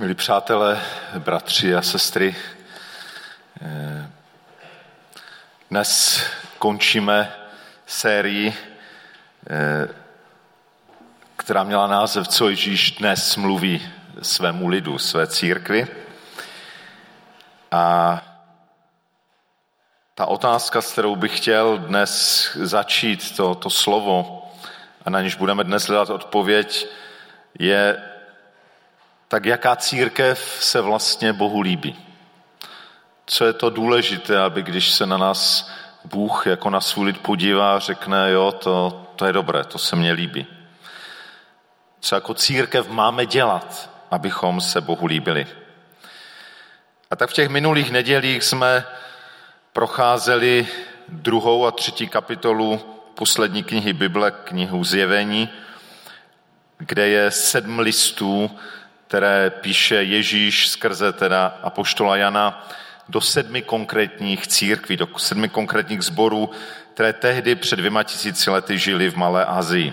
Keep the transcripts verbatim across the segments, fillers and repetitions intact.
Milí přátelé, bratři a sestry, dnes končíme sérii, která měla název Co Ježíš dnes mluví svému lidu, své církvi. A ta otázka, s kterou bych chtěl dnes začít, to, to slovo, a na něž budeme dnes hledat odpověď, je: tak jaká církev se vlastně Bohu líbí? Co je to důležité, aby když se na nás Bůh jako na svůj lid podívá a řekne, jo, to, to je dobré, to se mně líbí. Co jako církev máme dělat, abychom se Bohu líbili? A tak v těch minulých nedělích jsme procházeli druhou a třetí kapitolu poslední knihy Bible, knihu Zjevení, kde je sedm listů, které píše Ježíš skrze teda apoštola Jana do sedmi konkrétních církví, do sedmi konkrétních sborů, které tehdy před dvěma tisíci lety žili v Malé Asii.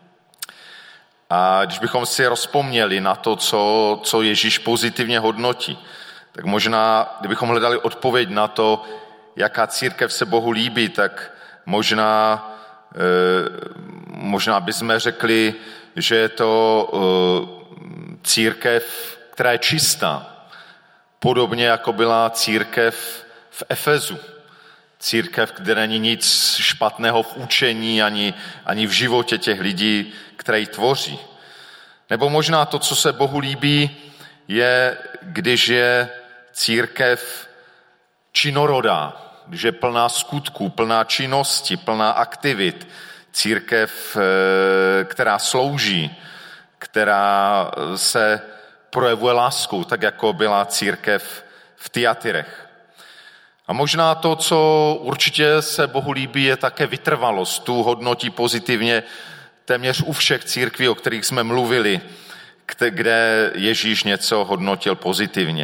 A když bychom si rozpomněli na to, co, co Ježíš pozitivně hodnotí, tak možná, kdybychom hledali odpověď na to, jaká církev se Bohu líbí, tak možná, eh, možná bychom řekli, že je to eh, církev, která je čistá, podobně jako byla církev v Efezu. Církev, kde není nic špatného v učení ani, ani v životě těch lidí, které ji tvoří. Nebo možná to, co se Bohu líbí, je, když je církev činorodá, když je plná skutků, plná činnosti, plná aktivit. Církev, která slouží, která se projevuje láskou, tak jako byla církev v Tyatyrech. A možná to, co určitě se Bohu líbí, je také vytrvalost. Tu hodnotí pozitivně téměř u všech církví, o kterých jsme mluvili, kde Ježíš něco hodnotil pozitivně.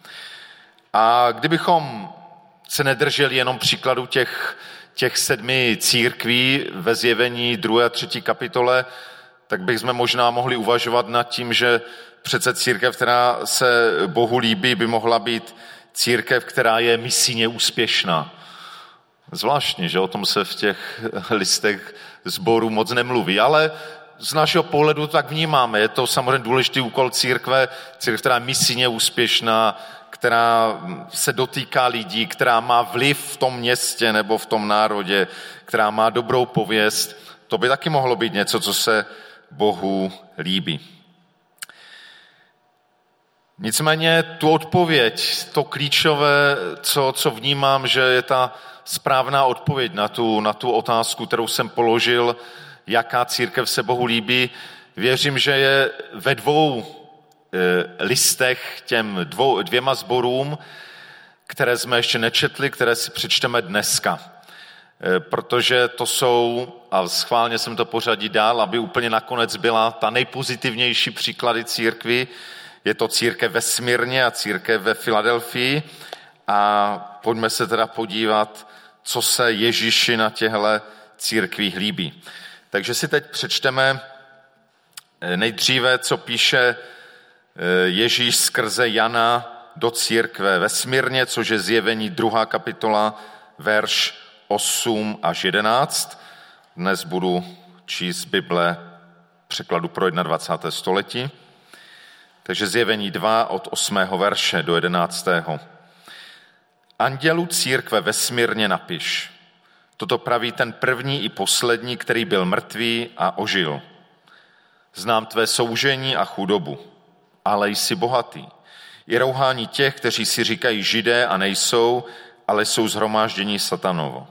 A kdybychom se nedrželi jenom příkladu těch, těch sedmi církví ve Zjevení druhé a třetí kapitole, tak bychom možná mohli uvažovat nad tím, že přece církev, která se Bohu líbí, by mohla být církev, která je misijně úspěšná. Zvláštně, že o tom se v těch listech sborů moc nemluví, ale z našeho pohledu tak vnímáme. Je to samozřejmě důležitý úkol církve, církev, která je misijně úspěšná, která se dotýká lidí, která má vliv v tom městě nebo v tom národě, která má dobrou pověst. To by taky mohlo být něco, co se Bohu líbí. Nicméně tu odpověď, to klíčové, co, co vnímám, že je ta správná odpověď na tu, na tu otázku, kterou jsem položil, jaká církev se Bohu líbí, věřím, že je ve dvou e, listech těm dvou, dvěma sborům, které jsme ještě nečetli, které si přečteme dneska. Protože to jsou, a schválně jsem to pořadí dál, aby úplně nakonec byla ta nejpozitivnější příklady církvi, je to církev ve Smyrně a církev ve Filadelfii. A pojďme se teda podívat, co se Ježíši na těchto církvích líbí. Takže si teď přečteme nejdříve, co píše Ježíš skrze Jana do církve ve Smyrně, což je Zjevení druhá kapitola, verš osm až jedenáct. Dnes budu číst Bible překladu pro dvacáté první století. Takže Zjevení dva od osmého verše do jedenáctého. Andělu církve ve Smyrně napiš. Toto praví ten první i poslední, který byl mrtvý a ožil. Znám tvé soužení a chudobu, ale jsi bohatý. I rouhání těch, kteří si říkají Židé a nejsou, ale jsou shromáždění satanovo.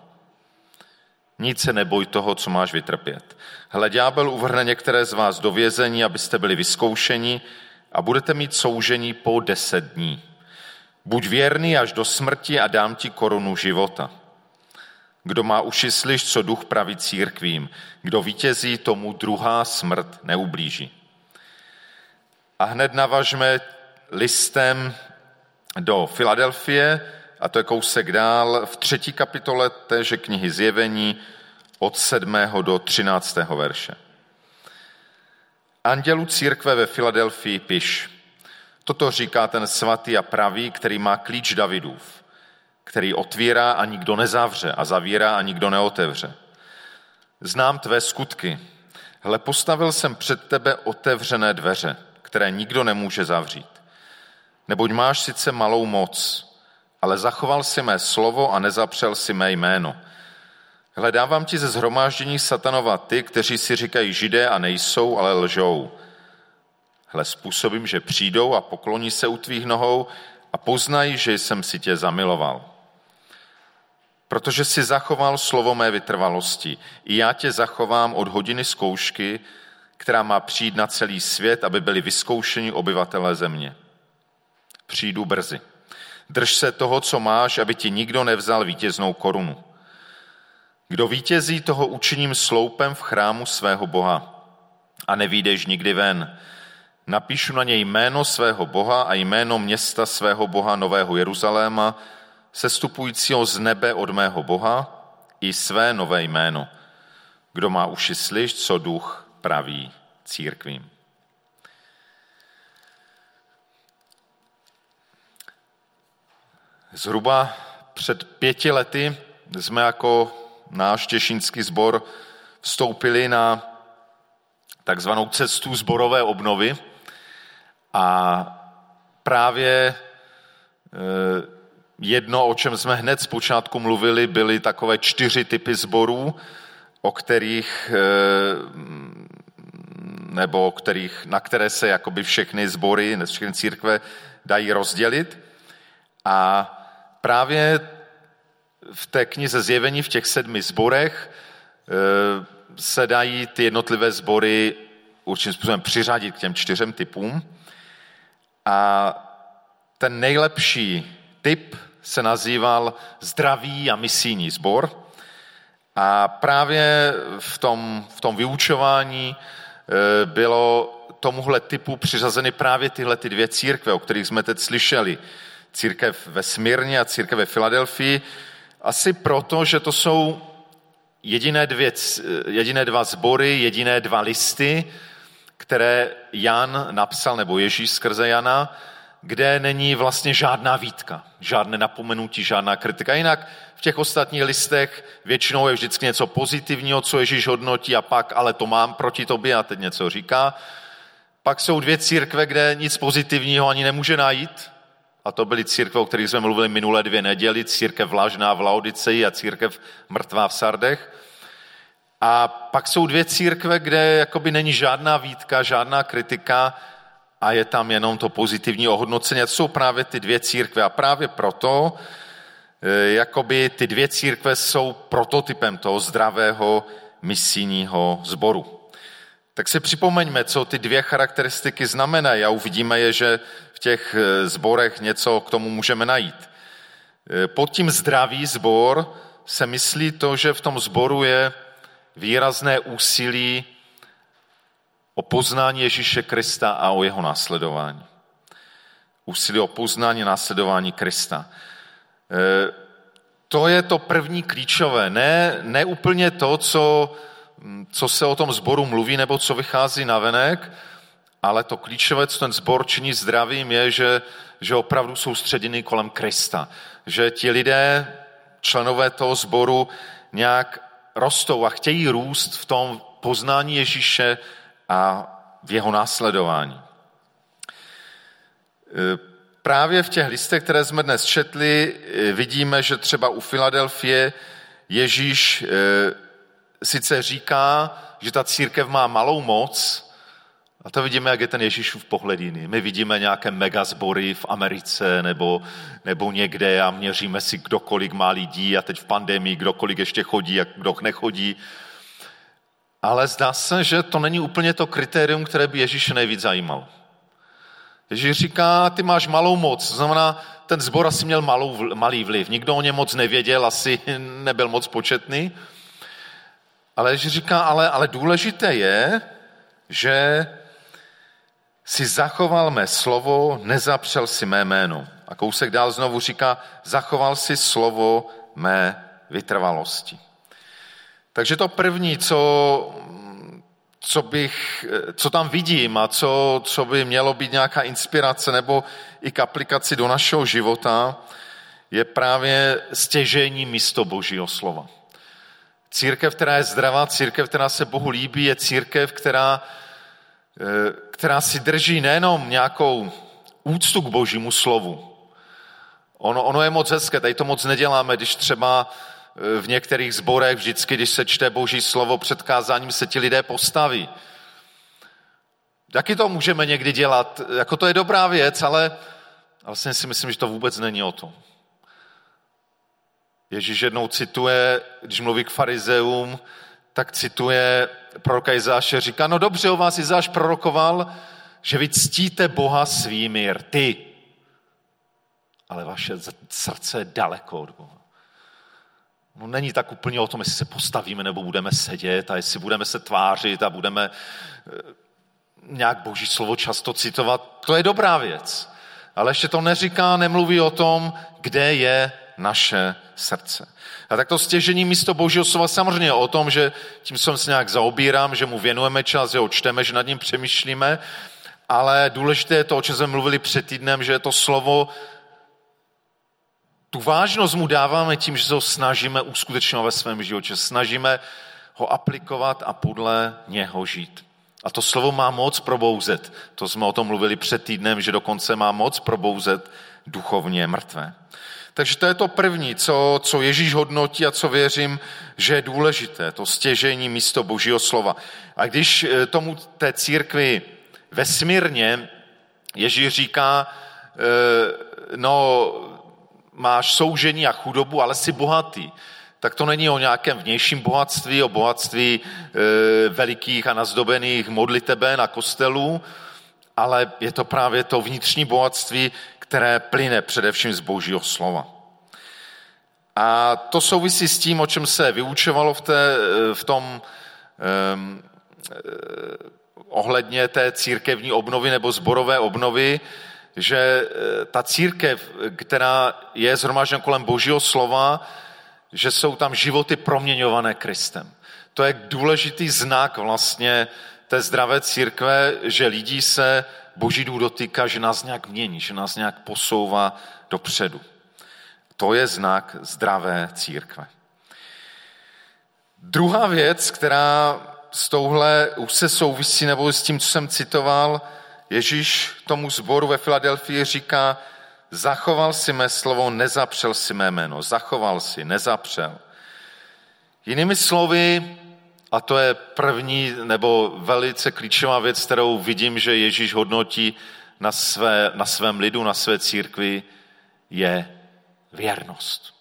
Nic se neboj toho, co máš vytrpět. Hle, ďábel uvrhne některé z vás do vězení, abyste byli vyzkoušeni a budete mít soužení po deset dní. Buď věrný až do smrti a dám ti korunu života. Kdo má uši, slyš, co duch praví církvím. Kdo vítězí, tomu druhá smrt neublíží. A hned navažme listem do Filadelfie, a to je kousek dál, v třetí kapitole téže knihy Zjevení od sedmého do třináctého verše. Andělu církve ve Filadelfii piš. Toto říká ten svatý a pravý, který má klíč Davidův, který otvírá a nikdo nezavře a zavírá a nikdo neotevře. Znám tvé skutky. Hle, postavil jsem před tebe otevřené dveře, které nikdo nemůže zavřít. Neboť máš sice malou moc, ale zachoval si mé slovo a nezapřel si mé jméno. Hle, dávám ti ze shromáždění satanova ty, kteří si říkají Židé a nejsou, ale lžou. Hle, způsobím, že přijdou a pokloní se u tvých nohou a poznají, že jsem si tě zamiloval. Protože si zachoval slovo mé vytrvalosti. I já tě zachovám od hodiny zkoušky, která má přijít na celý svět, aby byli vyzkoušeni obyvatelé země. Přijdu brzy. Drž se toho, co máš, aby ti nikdo nevzal vítěznou korunu. Kdo vítězí, toho učiním sloupem v chrámu svého Boha a nevyjdeš nikdy ven. Napíšu na něj jméno svého Boha a jméno města svého Boha Nového Jeruzaléma, sestupujícího z nebe od mého Boha, i své nové jméno. Kdo má uši, slyš, co duch praví církvím. Zhruba před pěti lety jsme jako náš těšínský sbor vstoupili na takzvanou cestu sborové obnovy a právě jedno, o čem jsme hned zpočátku mluvili, byly takové čtyři typy sborů, o kterých, nebo o kterých, na které se jakoby všechny sbory, všechny církve dají rozdělit. A právě v té knize Zjevení, v těch sedmi sborech, se dají ty jednotlivé sbory určitým způsobem přiřadit k těm čtyřem typům. A ten nejlepší typ se nazýval zdravý a misijní sbor. A právě v tom, v tom vyučování bylo tomuhle typu přiřazeny právě tyhle ty dvě církve, o kterých jsme teď slyšeli. Církev ve Smyrně a církev ve Filadelfii. Asi proto, že to jsou jediné, dvě, jediné dva sbory, jediné dva listy, které Jan napsal, nebo Ježíš skrze Jana, kde není vlastně žádná výtka, žádné napomenutí, žádná kritika. Jinak v těch ostatních listech většinou je vždycky něco pozitivního, co Ježíš hodnotí a pak, ale to mám proti tobě a teď něco říká. Pak jsou dvě církve, kde nic pozitivního ani nemůže najít. A to byly církve, o kterých jsme mluvili minulé dvě neděli, církev vlažná v Laodiceji a církev mrtvá v Sardech. A pak jsou dvě církve, kde jakoby není žádná výtka, žádná kritika a je tam jenom to pozitivní ohodnocení. A to jsou právě ty dvě církve. A právě proto jakoby ty dvě církve jsou prototypem toho zdravého misijního sboru. Tak si připomeňme, co ty dvě charakteristiky znamenají a uvidíme je, že v těch sborech něco k tomu můžeme najít. Pod tím zdravý sbor se myslí to, že v tom sboru je výrazné úsilí o poznání Ježíše Krista a o jeho následování. Úsilí o poznání a následování Krista. To je to první klíčové, ne, ne úplně to, co, co se o tom sboru mluví nebo co vychází navenek, ale to klíčové, co ten sbor činí zdravým, je, že, že opravdu soustředěný kolem Krista. Že ti lidé, členové toho sboru, nějak rostou a chtějí růst v tom poznání Ježíše a v jeho následování. Právě v těch listech, které jsme dnes četli, vidíme, že třeba u Filadelfie Ježíš sice říká, že ta církev má malou moc, a to vidíme, jak je ten Ježíšův pohled jiný. My vidíme nějaké megazbory v Americe nebo, nebo někde a měříme si, kdo kolik má lidí a teď v pandemii, kdo kolik ještě chodí a kdo nechodí. Ale zdá se, že to není úplně to kritérium, které by Ježíše nejvíc zajímalo. Ježíš říká, ty máš malou moc, to znamená, ten sbor asi měl malou, malý vliv. Nikdo o něm moc nevěděl, asi nebyl moc početný. Ale Ježíš říká, ale, ale důležité je, že si zachoval mé slovo, nezapřel si mé jméno. A kousek dál znovu říká, zachoval si slovo mé vytrvalosti. Takže to první, co, co, bych, co tam vidím a co, co by mělo být nějaká inspirace nebo i k aplikaci do našeho života, je právě stěžejní místo Božího slova. Církev, která je zdravá, církev, která se Bohu líbí, je církev, která, která si drží nejenom nějakou úctu k Božímu slovu. Ono, ono je moc hezké, tady to moc neděláme, když třeba v některých sborech vždycky, když se čte Boží slovo před kázáním, se ti lidé postaví. Taky to můžeme někdy dělat, jako to je dobrá věc, ale vlastně si myslím, že to vůbec není o tom. Ježíš jednou cituje, když mluví k farizeům, tak cituje proroka Izáše, říká, no dobře, o vás Izáš prorokoval, že vy ctíte Boha svými rty, ale vaše srdce je daleko od Boha. No není tak úplně o tom, jestli se postavíme nebo budeme sedět a jestli budeme se tvářit a budeme nějak Boží slovo často citovat. To je dobrá věc. Ale ještě to neříká, nemluví o tom, kde je naše srdce. A tak to stěžení místo Božího slova samozřejmě je o tom, že tím se nějak zaobírám, že mu věnujeme čas, že ho čteme, že nad ním přemýšlíme, ale důležité je to, o čem jsme mluvili před týdnem, že to slovo, tu vážnost mu dáváme tím, že se ho snažíme uskutečňovat ve svém životě, snažíme ho aplikovat a podle něho žít. A to slovo má moc probouzet. To jsme o tom mluvili před týdnem, že dokonce má moc probouzet duchovně mrtvé. Takže to je to první, co, co Ježíš hodnotí a co věřím, že je důležité, to stěžejní místo Božího slova. A když tomu té církvi ve Smyrně Ježíš říká, no máš soužení a chudobu, ale jsi bohatý, tak to není o nějakém vnějším bohatství, o bohatství e, velikých a nazdobených modliteben a kostelů, ale je to právě to vnitřní bohatství, které plyne především z Božího slova. A to souvisí s tím, o čem se vyučovalo v, té, v tom um, ohledně té církevní obnovy nebo sborové obnovy, že ta církev, která je shromážděna kolem Božího slova, že jsou tam životy proměňované Kristem. To je důležitý znak vlastně té zdravé církve, že lidí se Boží duch dotýká, že nás nějak mění, že nás nějak posouvá dopředu. To je znak zdravé církve. Druhá věc, která s touhle už se souvisí, nebo s tím, co jsem citoval, Ježíš tomu sboru ve Filadelfii říká, zachoval si mé slovo, nezapřel si mé jméno. Zachoval si, nezapřel. Jinými slovy, a to je první nebo velice klíčová věc, kterou vidím, že Ježíš hodnotí na, své, na svém lidu, na své církvi, je věrnost.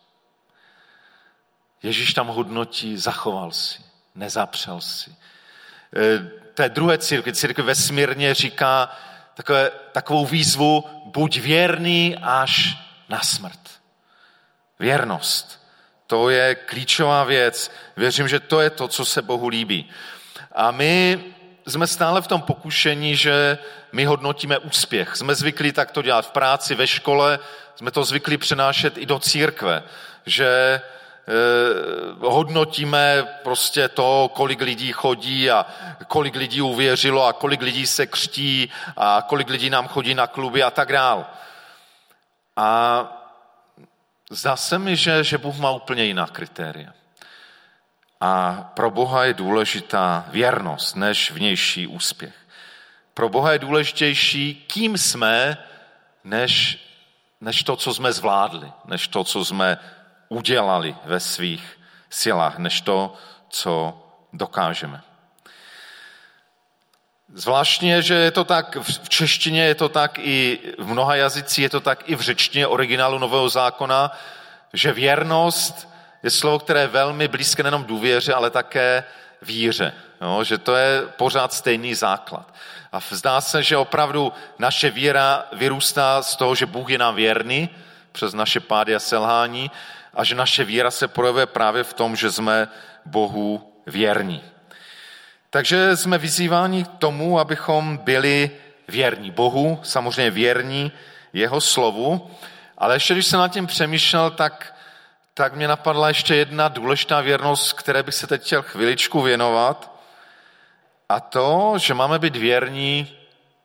Ježíš tam hodnotí, zachoval si, nezapřel si. Té druhé církvi, církvi ve Smyrně říká takové, takovou výzvu, buď věrný až na smrt. Věrnost. To je klíčová věc. Věřím, že to je to, co se Bohu líbí. A my jsme stále v tom pokušení, že my hodnotíme úspěch. Jsme zvyklí tak to dělat v práci, ve škole, jsme to zvyklí přenášet i do církve, že eh, hodnotíme prostě to, kolik lidí chodí a kolik lidí uvěřilo a kolik lidí se křtí a kolik lidí nám chodí na kluby a tak dál. A zdá se mi, že, že Bůh má úplně jiná kritéria. A pro Boha je důležitá věrnost než vnější úspěch. Pro Boha je důležitější, kým jsme, než, než to, co jsme zvládli, než to, co jsme udělali ve svých silách, než to, co dokážeme. Zvláštně, že je to tak v češtině, je to tak i v mnoha jazycích, je to tak i v řečtině originálu Nového zákona, že věrnost je slovo, které je velmi blízké nejenom důvěře, ale také víře. Jo? Že to je pořád stejný základ. A zdá se, že opravdu naše víra vyrůstá z toho, že Bůh je nám věrný přes naše pády a selhání a že naše víra se projevuje právě v tom, že jsme Bohu věrní. Takže jsme vyzýváni k tomu, abychom byli věrní Bohu, samozřejmě věrní jeho slovu, ale ještě když jsem nad tím přemýšlel, tak, tak mě napadla ještě jedna důležitá věrnost, které bych se teď chtěl chviličku věnovat. A to, že máme být věrní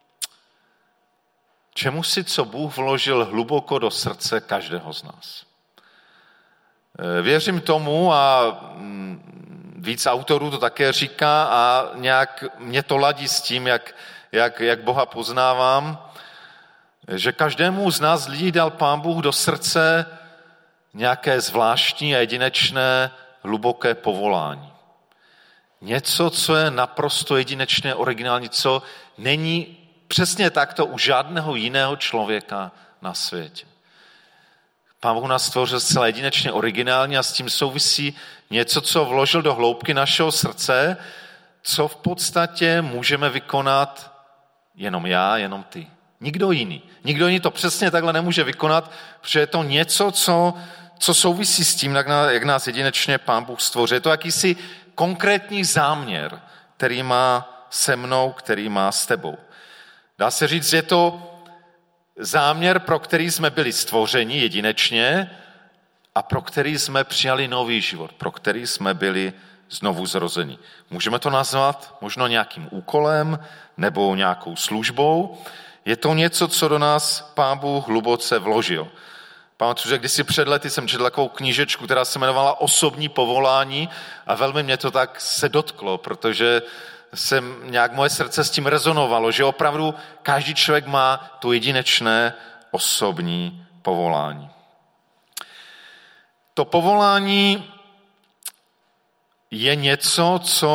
čemu si, co Bůh vložil hluboko do srdce každého z nás. Věřím tomu a víc autorů to také říká a nějak mě to ladí s tím, jak, jak, jak Boha poznávám, že každému z nás lidí dal Pán Bůh do srdce nějaké zvláštní a jedinečné hluboké povolání. Něco, co je naprosto jedinečné, originální, co není přesně takto u žádného jiného člověka na světě. Pán Bůh nás stvořil zcela jedinečně originálně a s tím souvisí něco, co vložil do hloubky našeho srdce, co v podstatě můžeme vykonat jenom já, jenom ty. Nikdo jiný. Nikdo jiný to přesně takhle nemůže vykonat, protože je to něco, co, co souvisí s tím, jak nás jedinečně Pán Bůh stvořil. Je to jakýsi konkrétní záměr, který má se mnou, který má s tebou. Dá se říct, je to záměr, pro který jsme byli stvořeni jedinečně a pro který jsme přijali nový život, pro který jsme byli znovu zrozeni. Můžeme to nazvat možno nějakým úkolem nebo nějakou službou. Je to něco, co do nás Pán Bůh hluboce vložil. Pamatuju, že kdysi před lety jsem četl takovou knížečku, která se jmenovala Osobní povolání a velmi mě to tak se dotklo, protože jsem nějak moje srdce s tím rezonovalo, že opravdu každý člověk má to jedinečné osobní povolání. To povolání je něco, co,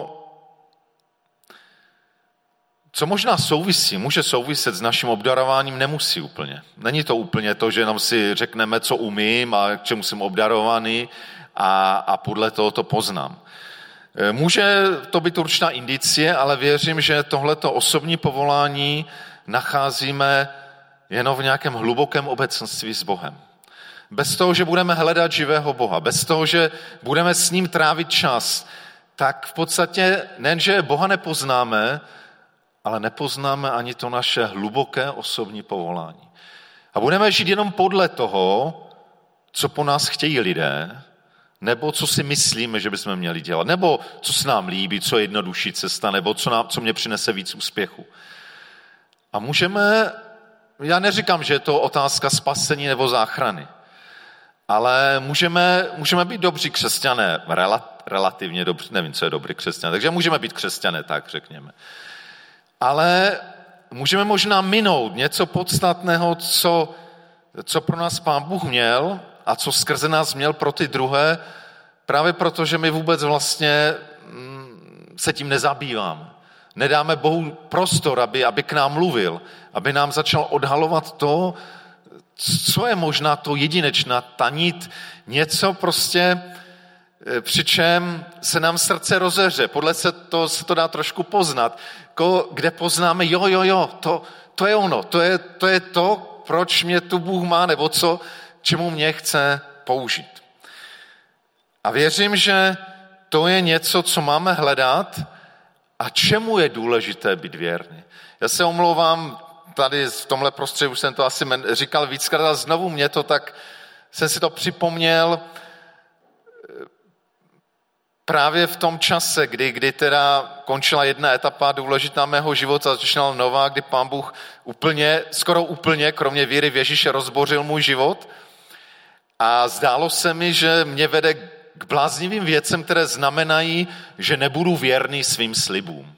co možná souvisí, může souviset s naším obdarováním, nemusí úplně. Není to úplně to, že jenom si řekneme, co umím a k čemu jsem obdarovaný a, a podle toho to poznám. Může to být určitá indicie, ale věřím, že tohleto osobní povolání nacházíme jenom v nějakém hlubokém obecenství s Bohem. Bez toho, že budeme hledat živého Boha, bez toho, že budeme s ním trávit čas, tak v podstatě nejenže Boha nepoznáme, ale nepoznáme ani to naše hluboké osobní povolání. A budeme žít jenom podle toho, co po nás chtějí lidé, nebo co si myslíme, že bychom měli dělat, nebo co se nám líbí, co je jednodušší cesta, nebo co, nám, co mě přinese víc úspěchu. A můžeme, já neříkám, že je to otázka spasení nebo záchrany, ale můžeme, můžeme být dobří křesťané, relativně dobří, nevím, co je dobrý křesťan, takže můžeme být křesťané, tak řekněme. Ale můžeme možná minout něco podstatného, co, co pro nás Pán Bůh měl a co skrze nás měl pro ty druhé, právě proto, že my vůbec vlastně se tím nezabýváme. Nedáme Bohu prostor, aby, aby k nám mluvil, aby nám začal odhalovat to, co je možná to jedinečná, ta nit, něco prostě, přičem se nám srdce rozeře. Podle se to, se to dá trošku poznat. Kde poznáme, jo, jo, jo, to, to je ono, to je, to je to, proč mě tu Bůh má, nebo co, čemu mě chce použít. A věřím, že to je něco, co máme hledat a čemu je důležité být věrný. Já se omlouvám, tady v tomhle prostředí už jsem to asi říkal víckrát a znovu mě to tak, jsem si to připomněl právě v tom čase, kdy, kdy teda končila jedna etapa důležitá mého života, začínala nová, kdy Pán Bůh úplně, skoro úplně, kromě víry v Ježíše, rozbořil můj život a zdálo se mi, že mě vede k bláznivým věcem, které znamenají, že nebudu věrný svým slibům.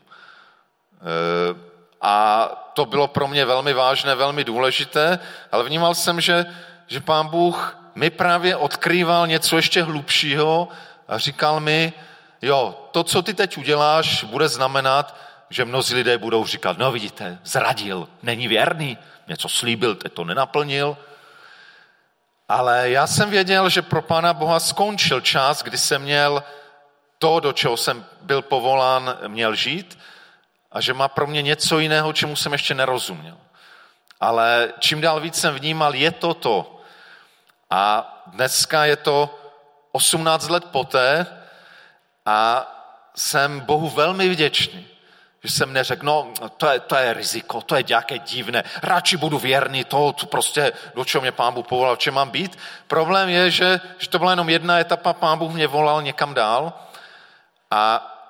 A to bylo pro mě velmi vážné, velmi důležité, ale vnímal jsem, že, že Pán Bůh mi právě odkrýval něco ještě hlubšího a říkal mi, jo, to, co ty teď uděláš, bude znamenat, že mnozí lidé budou říkat, no vidíte, zradil, není věrný, něco slíbil, teď to nenaplnil. Ale já jsem věděl, že pro Pána Boha skončil čas, kdy jsem měl to, do čeho jsem byl povolán, měl žít a že má pro mě něco jiného, čemu jsem ještě nerozuměl. Ale čím dál víc jsem vnímal, je to to. A dneska je to osmnáct let poté a jsem Bohu velmi vděčný, že jsem neřekl, no to je, to je riziko, to je nějaké divné, radši budu věrný, to, to prostě, do čeho mě Pán Bůh povolal, v čem mám být. Problém je, že, že to byla jenom jedna etapa, Pán Bůh mě volal někam dál a, a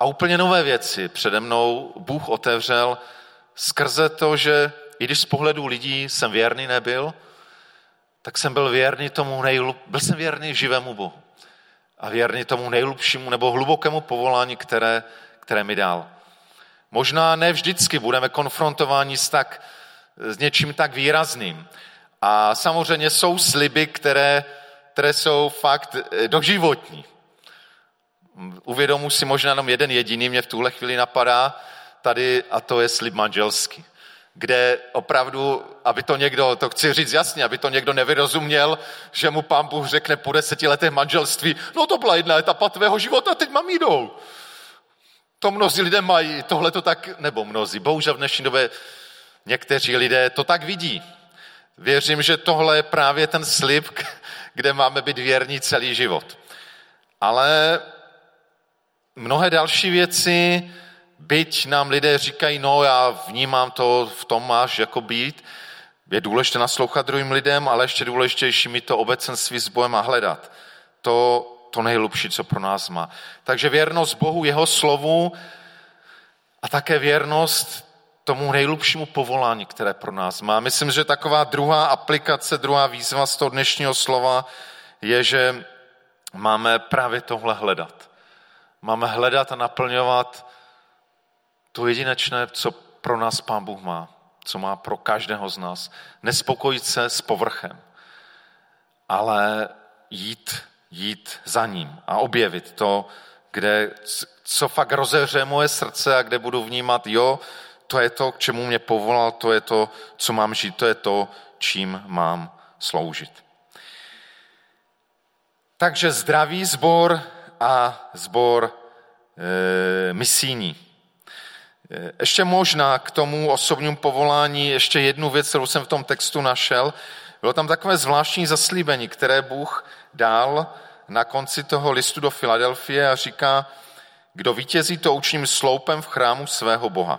a úplně nové věci přede mnou Bůh otevřel skrze to, že i když z pohledu lidí jsem věrný nebyl, tak jsem byl věrný tomu nejlup, byl jsem věrný živému Bohu a věrný tomu nejhlubšímu nebo hlubokému povolání, které, které mi dal. Možná ne vždycky budeme konfrontováni s, tak, s něčím tak výrazným. A samozřejmě jsou sliby, které, které jsou fakt doživotní. Uvědomuji si možná jenom jeden jediný, mě v tuhle chvíli napadá tady, a to je slib manželský. Kde opravdu, aby to někdo, to chci říct jasně, aby to někdo nevyrozuměl, že mu Pán Bůh řekne po deseti letech manželství, no to byla jedna etapa tvého života, teď mám jinou. To mnozí lidé mají, tohle to tak, nebo mnozí, bohužel v dnešní době někteří lidé to tak vidí. Věřím, že tohle je právě ten slib, kde máme být věrní celý život. Ale mnohé další věci, byť nám lidé říkají, no já vnímám to, v tom máš jako být, je důležité naslouchat druhým lidem, ale ještě důležitější mít to obecenství s Bohem a hledat. To, to nejhlubší, co pro nás má. Takže věrnost Bohu, jeho slovu a také věrnost tomu nejhlubšímu povolání, které pro nás má. Myslím, že taková druhá aplikace, druhá výzva z toho dnešního slova je, že máme právě tohle hledat. Máme hledat a naplňovat to jedinečné, co pro nás Pán Bůh má, co má pro každého z nás. Nespokojit se s povrchem, ale jít, jít za ním a objevit to, kde, co fakt rozehřeje moje srdce a kde budu vnímat, jo, to je to, k čemu mě povolal, to je to, co mám žít, to je to, čím mám sloužit. Takže zdravý sbor a sbor e, misijní. Ještě možná k tomu osobnímu povolání ještě jednu věc, kterou jsem v tom textu našel. Bylo tam takové zvláštní zaslíbení, které Bůh dal na konci toho listu do Filadelfie a říká, kdo vítězí, to učiním sloupem v chrámu svého Boha.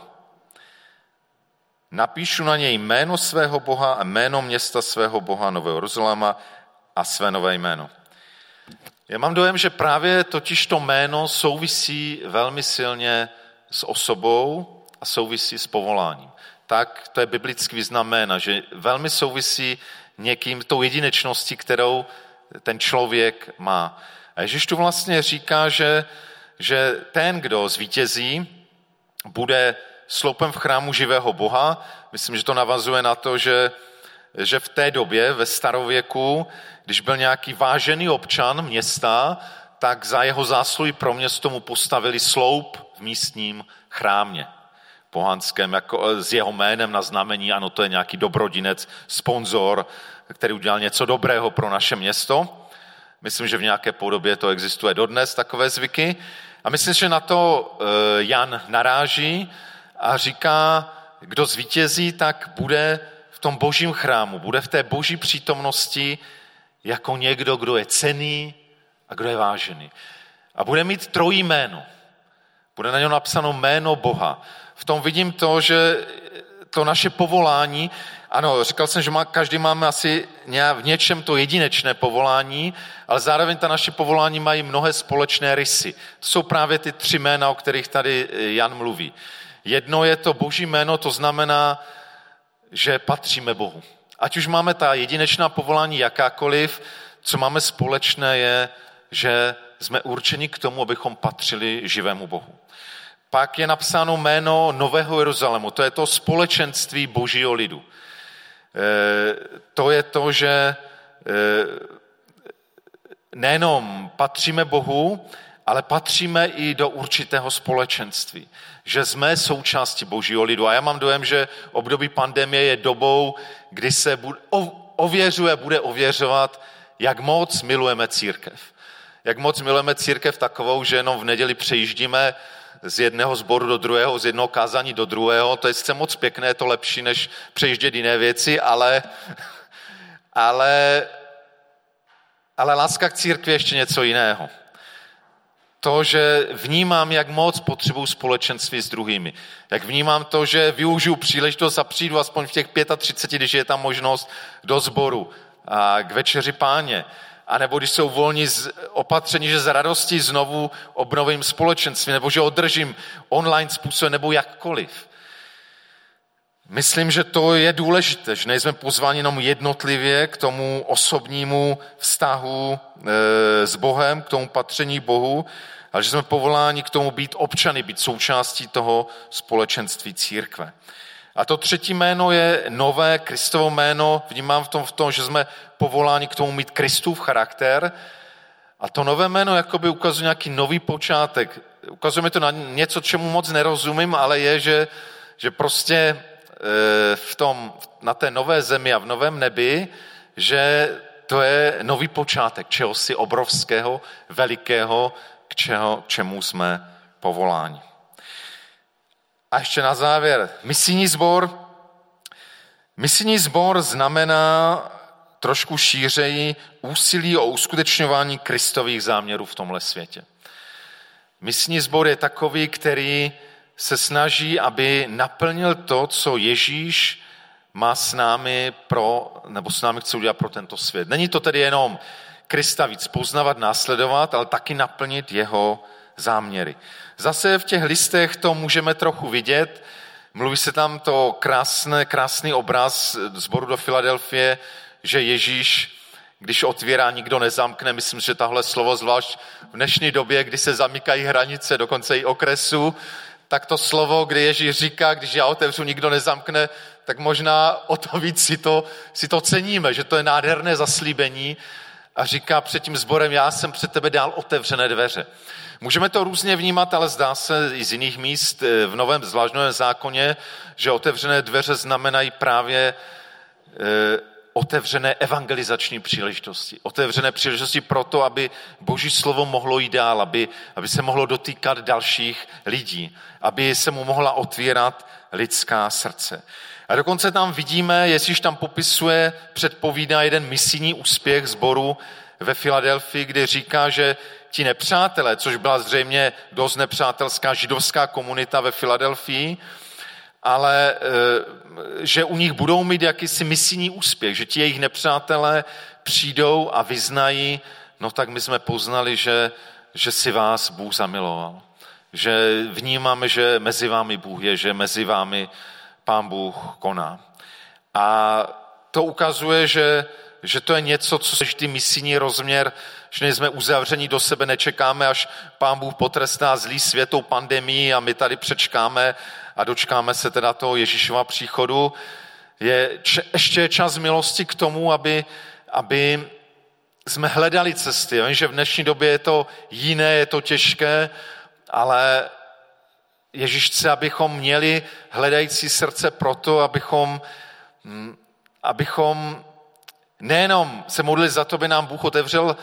Napíšu na něj jméno svého Boha a jméno města svého Boha, Nového Jeruzaléma a své nové jméno. Já mám dojem, že právě totiž to jméno souvisí velmi silně s osobou a souvisí s povoláním. Tak to je biblický význam jména, že velmi souvisí někým tou jedinečností, kterou ten člověk má. A Ježíš tu vlastně říká, že, že ten, kdo zvítězí, bude sloupem v chrámu živého Boha. Myslím, že to navazuje na to, že, že v té době, ve starověku, když byl nějaký vážený občan města, tak za jeho zásluhy pro město mu postavili sloup v místním chrámě pohanském, jako s jeho jménem na znamení, ano, to je nějaký dobrodinec, sponzor, který udělal něco dobrého pro naše město. Myslím, že v nějaké podobě to existuje dodnes, takové zvyky. A myslím, že na to Jan naráží a říká, kdo zvítězí, tak bude v tom božím chrámu, bude v té boží přítomnosti jako někdo, kdo je cenný a kdo je vážený. A bude mít trojí jméno. Bude na něm napsáno jméno Boha. V tom vidím to, že to naše povolání, ano, říkal jsem, že má, každý máme asi v něčem to jedinečné povolání, ale zároveň ta naše povolání mají mnohé společné rysy. To jsou právě ty tři jména, o kterých tady Jan mluví. Jedno je to boží jméno, to znamená, že patříme Bohu. Ať už máme ta jedinečná povolání jakákoliv, co máme společné je, že jsme určeni k tomu, abychom patřili živému Bohu. Pak je napsáno jméno Nového Jeruzalému, to je to společenství božího lidu. E, to je to, že e, nejenom patříme Bohu, ale patříme i do určitého společenství. Že jsme součástí božího lidu. A já mám dojem, že období pandemie je dobou, kdy se bude, ověřuje, bude ověřovat, jak moc milujeme církev. Jak moc milujeme církev takovou, že jenom v neděli přejíždíme z jedného sboru do druhého, z jednoho kázání do druhého. To je sice moc pěkné, je to lepší, než přejíždět jiné věci, ale, ale, ale láska k církvi je ještě něco jiného. To, že vnímám, jak moc potřebuji společenství s druhými. Jak vnímám to, že využiju příležitost a přijdu aspoň v těch třiceti pěti, když je tam možnost do sboru a k večeři Páně. A nebo když jsou volní z opatření, že z radosti znovu obnovím společenství, nebo že održím online způsob, nebo jakkoliv. Myslím, že to je důležité, že nejsme pozváni jenom jednotlivě k tomu osobnímu vztahu e, s Bohem, k tomu patření Bohu, ale že jsme povoláni k tomu být občany, být součástí toho společenství církve. A to třetí jméno je nové Kristovo jméno. Vnímám v tom, v tom, že jsme povoláni k tomu mít Kristův charakter. A to nové jméno jakoby ukazuje nějaký nový počátek. Ukazuje mi to na něco, čemu moc nerozumím, ale je, že, že prostě v tom, na té nové zemi a v novém nebi, že to je nový počátek čehosi obrovského, velikého, k, čeho, k čemu jsme povoláni. A ještě na závěr, misijní sbor. Misijní sbor znamená trošku šířeji úsilí o uskutečňování Kristových záměrů v tomhle světě. Misijní sbor je takový, který se snaží, aby naplnil to, co Ježíš má s námi pro, nebo s námi chce udělat pro tento svět. Není to tedy jenom Krista víc poznavat, následovat, ale taky naplnit jeho záměry. Zase v těch listech to můžeme trochu vidět. Mluví se tam to krásné, krásný obraz sboru do Filadelfie, že Ježíš, když otvírá, nikdo nezamkne. Myslím, že tahle slovo, zvlášť v dnešní době, kdy se zamykají hranice, dokonce i okresu, tak to slovo, kdy Ježíš říká, když já otevřu, nikdo nezamkne, tak možná o to víc si to, si to ceníme, že to je nádherné zaslíbení a říká před tím sborem, já jsem před tebe dal otevřené dveře. Můžeme to různě vnímat, ale zdá se i z jiných míst v novém zvláštním zákoně, že otevřené dveře znamenají právě e, otevřené evangelizační příležitosti. Otevřené příležitosti proto, aby Boží slovo mohlo jít dál, aby, aby se mohlo dotýkat dalších lidí, aby se mu mohla otvírat lidská srdce. A dokonce tam vidíme, Ježíš tam popisuje, předpovídá jeden misijní úspěch sboru ve Filadelfii, kde říká, že ti nepřátelé, což byla zřejmě dost nepřátelská židovská komunita ve Filadelfii, ale že u nich budou mít jakýsi misijní úspěch, že ti jejich nepřátelé přijdou a vyznají, no tak my jsme poznali, že, že si vás Bůh zamiloval. Že vnímáme, že mezi vámi Bůh je, že mezi vámi Pán Bůh koná. A to ukazuje, že, že to je něco, co je ty misijní rozměr, že nejsme uzavření do sebe, nečekáme, až Pán Bůh potrestá zlý světou pandemii a my tady přečkáme a dočkáme se teda toho Ježíšova příchodu. Je č- ještě čas milosti k tomu, aby, aby jsme hledali cesty. Vím, že v dnešní době je to jiné, je to těžké, ale Ježíš chce, abychom měli hledající srdce proto, abychom, abychom nejenom se modlili za to, aby nám Bůh otevřel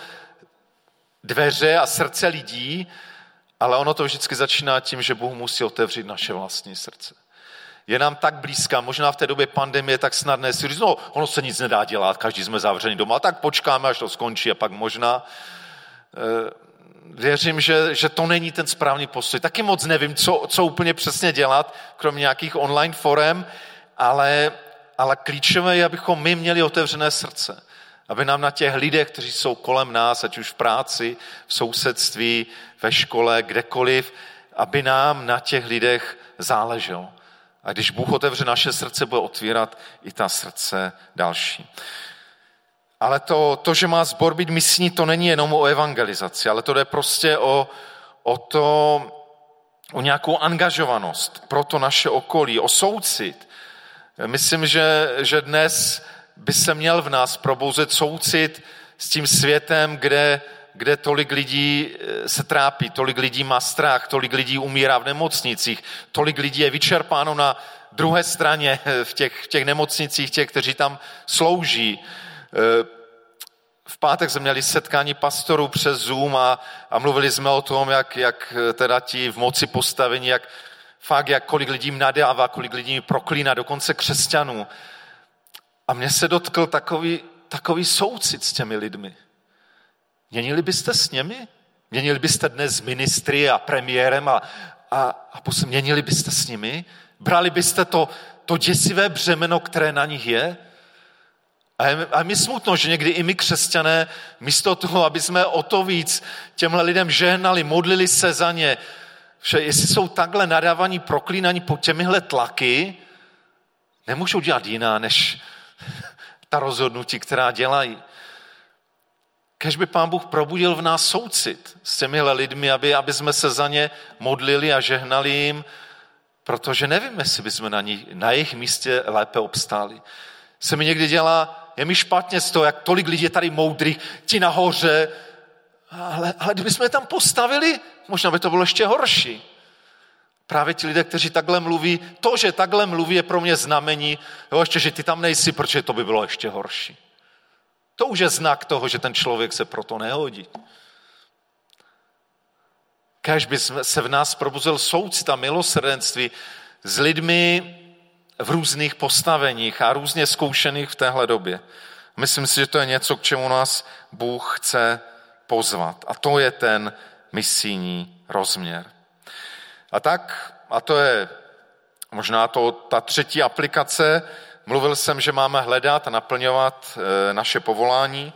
dveře a srdce lidí, ale ono to vždycky začíná tím, že Bůh musí otevřít naše vlastní srdce. Je nám tak blízká, možná v té době pandemie tak snadné si říct, no ono se nic nedá dělat, každý jsme zavřený doma, tak počkáme, až to skončí a pak možná... Eh, Věřím, že, že to není ten správný postoj. Taky moc nevím, co, co úplně přesně dělat, kromě nějakých online forem, ale, ale klíčové je, abychom my měli otevřené srdce. Aby nám na těch lidech, kteří jsou kolem nás, ať už v práci, v sousedství, ve škole, kdekoliv, aby nám na těch lidech záleželo. A když Bůh otevře naše srdce, bude otvírat i ta srdce další. Ale to, to, že má sbor být misijní, to není jenom o evangelizaci, ale to jde prostě o, o to, o nějakou angažovanost pro to naše okolí, o soucit. Myslím, že, že dnes by se měl v nás probouzet soucit s tím světem, kde, kde tolik lidí se trápí, tolik lidí má strach, tolik lidí umírá v nemocnicích, tolik lidí je vyčerpáno na druhé straně v těch, v těch nemocnicích, těch, kteří tam slouží. V pátek jsme měli setkání pastorů přes Zoom a, a mluvili jsme o tom, jak, jak teda ti v moci postavení, jak fakt, jak kolik lidí jim nadává, kolik lidí jim proklíná, dokonce křesťanů. A mně se dotkl takový, takový soucit s těmi lidmi. Měnili byste s nimi? Měnili byste dnes s ministry a premiérem a, a, a posledně měnili byste s nimi? Brali byste to, to děsivé břemeno, které na nich je? A je, a je mi smutno, že někdy i my křesťané, místo toho, aby jsme o to víc těmhle lidem žehnali, modlili se za ně, že jestli jsou takhle nadávaní, proklínaní po těmihle tlaky, nemůžou dělat jiná, než ta rozhodnutí, která dělají. Kéž by Pán Bůh probudil v nás soucit s těmihle lidmi, aby, aby jsme se za ně modlili a žehnali jim, protože nevím, jestli bychom na, ní, na jejich místě lépe obstáli. Se mi někdy dělá, je mi špatně z toho, jak tolik lidí je tady moudrých, ti nahoře, ale, ale kdybychom je tam postavili, možná by to bylo ještě horší. Právě ti lidé, kteří takhle mluví, to, že takhle mluví, je pro mě znamení, jo, ještě, že ty tam nejsi, protože to by bylo ještě horší. To už je znak toho, že ten člověk se proto nehodí. Kéž by se v nás probudil soucit a milosrdenství s lidmi v různých postaveních a různě zkoušených v téhle době. Myslím si, že to je něco, k čemu nás Bůh chce pozvat. A to je ten misijní rozměr. A tak, a to je možná to, ta třetí aplikace, mluvil jsem, že máme hledat a naplňovat naše povolání.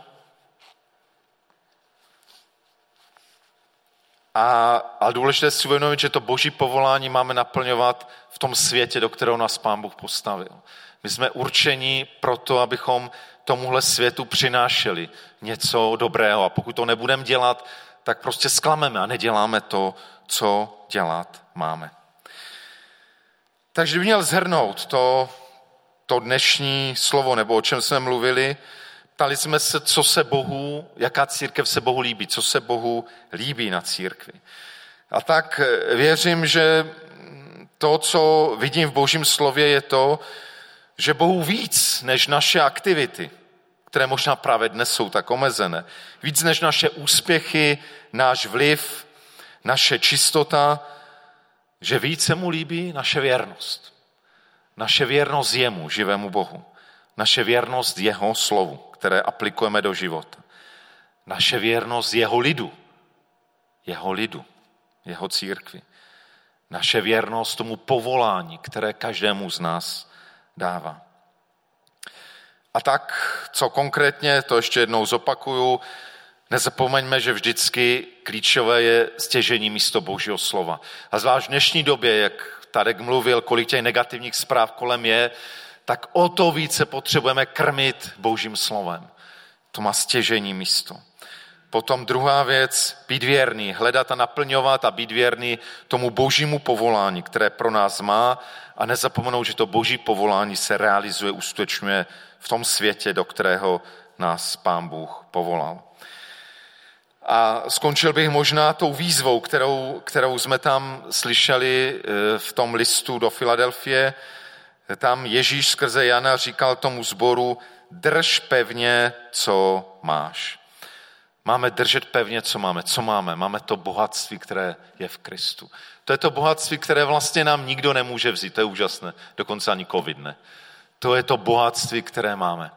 A, a důležité si uvědomit, že to boží povolání máme naplňovat v tom světě, do kterého nás Pán Bůh postavil. My jsme určeni pro to, abychom tomuhle světu přinášeli něco dobrého. A pokud to nebudeme dělat, tak prostě zklameme a neděláme to, co dělat máme. Takže kdyby měl shrnout to, to dnešní slovo, nebo o čem jsme mluvili, ptali jsme se, co se Bohu, jaká církev se Bohu líbí, co se Bohu líbí na církvi. A tak věřím, že to, co vidím v Božím slově, je to, že Bohu víc než naše aktivity, které možná právě dnes jsou tak omezené, víc než naše úspěchy, náš vliv, naše čistota, že víc se mu líbí naše věrnost. Naše věrnost jemu, živému Bohu. Naše věrnost jeho slovu, které aplikujeme do života. Naše věrnost jeho lidu. Jeho lidu, jeho církvi. Naše věrnost tomu povolání, které každému z nás dává. A tak, co konkrétně, to ještě jednou zopakuju, nezapomeňme, že vždycky klíčové je stěžejní místo Božího slova. A zvlášť v dnešní době, jak Tadek mluvil, kolik těch negativních zpráv kolem je, tak o to více potřebujeme krmit Božím slovem. To má stěžejní místo. Potom druhá věc, být věrný, hledat a naplňovat a být věrný tomu božímu povolání, které pro nás má, a nezapomenout, že to boží povolání se realizuje, uskutečňuje v tom světě, do kterého nás Pán Bůh povolal. A skončil bych možná tou výzvou, kterou, kterou jsme tam slyšeli v tom listu do Filadelfie. Tam Ježíš skrze Jana říkal tomu sboru, drž pevně, co máš. Máme držet pevně, co máme. Co máme? Máme to bohatství, které je v Kristu. To je to bohatství, které vlastně nám nikdo nemůže vzít. To je úžasné. Dokonce ani covid ne. To je to bohatství, které máme.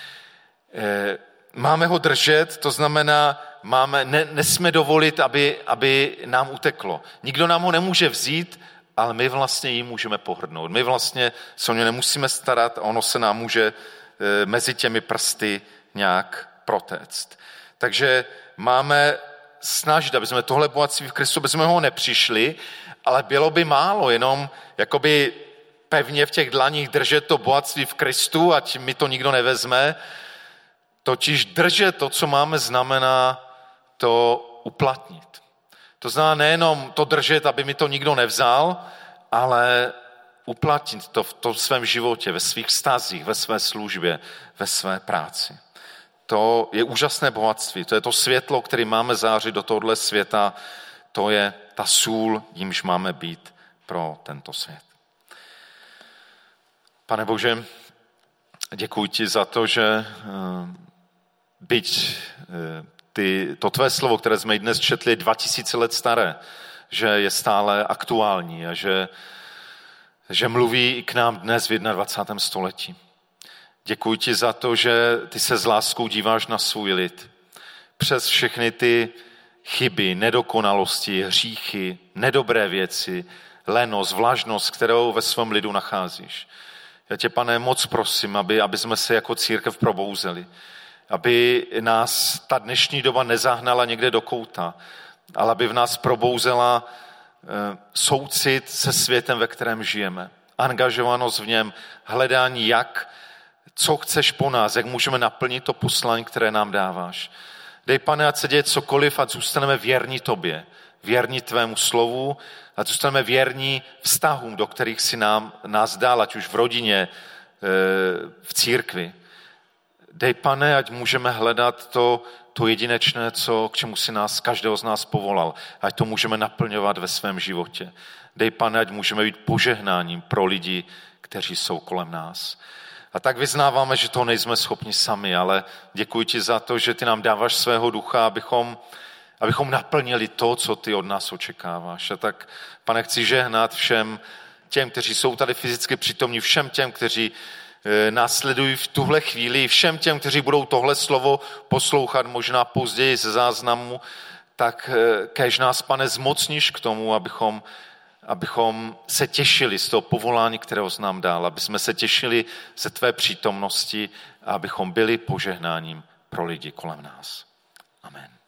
E, máme ho držet, to znamená, máme, ne, nesmíme dovolit, aby, aby nám uteklo. Nikdo nám ho nemůže vzít, ale my vlastně jim můžeme pohrdnout. My vlastně se o ně nemusíme starat a ono se nám může e, mezi těmi prsty nějak protéct. Takže máme snažit, aby jsme tohle bohatství v Kristu, aby jsme ho nepřišli, ale bylo by málo, jenom jakoby pevně v těch dlaních držet to bohatství v Kristu, ať mi to nikdo nevezme. Totiž držet to, co máme, znamená to uplatnit. To znamená nejenom to držet, aby mi to nikdo nevzal, ale uplatnit to v tom svém životě, ve svých vztazích, ve své službě, ve své práci. To je úžasné bohatství, to je to světlo, které máme zářit do tohohle světa, to je ta sůl, jímž máme být pro tento svět. Pane Bože, děkuji ti za to, že byť ty, to tvé slovo, které jsme i dnes četli, je dva tisíce let staré, že je stále aktuální a že, že mluví i k nám dnes v dvacátém prvním století. Děkuji ti za to, že ty se s láskou díváš na svůj lid. Přes všechny ty chyby, nedokonalosti, hříchy, nedobré věci, lenost, vlažnost, kterou ve svém lidu nacházíš. Já tě, Pane, moc prosím, aby, aby jsme se jako církev probouzeli. Aby nás ta dnešní doba nezahnala někde do kouta, ale aby v nás probouzela e, soucit se světem, ve kterém žijeme. Angažovanost v něm, hledání jak, co chceš po nás, jak můžeme naplnit to poslání, které nám dáváš. Dej, Pane, ať se děje cokoliv, ať zůstaneme věrní tobě, věrní tvému slovu, ať zůstaneme věrní vztahům, do kterých si nám, nás dal, ať už v rodině, v církvi. Dej, Pane, ať můžeme hledat to, to jedinečné, co, k čemu si nás, každého z nás povolal. Ať to můžeme naplňovat ve svém životě. Dej, Pane, ať můžeme být požehnáním pro lidi, kteří jsou kolem nás. A tak vyznáváme, že to nejsme schopni sami, ale děkuji ti za to, že ty nám dáváš svého ducha, abychom, abychom naplnili to, co ty od nás očekáváš. A tak, Pane, chci žehnat všem těm, kteří jsou tady fyzicky přítomní, všem těm, kteří nás sledují v tuhle chvíli, všem těm, kteří budou tohle slovo poslouchat možná později ze záznamu, tak kéž nás, Pane, zmocníš k tomu, abychom abychom se těšili z toho povolání, kterého jsi nám dal, aby jsme se těšili ze tvé přítomnosti a abychom byli požehnáním pro lidi kolem nás. Amen.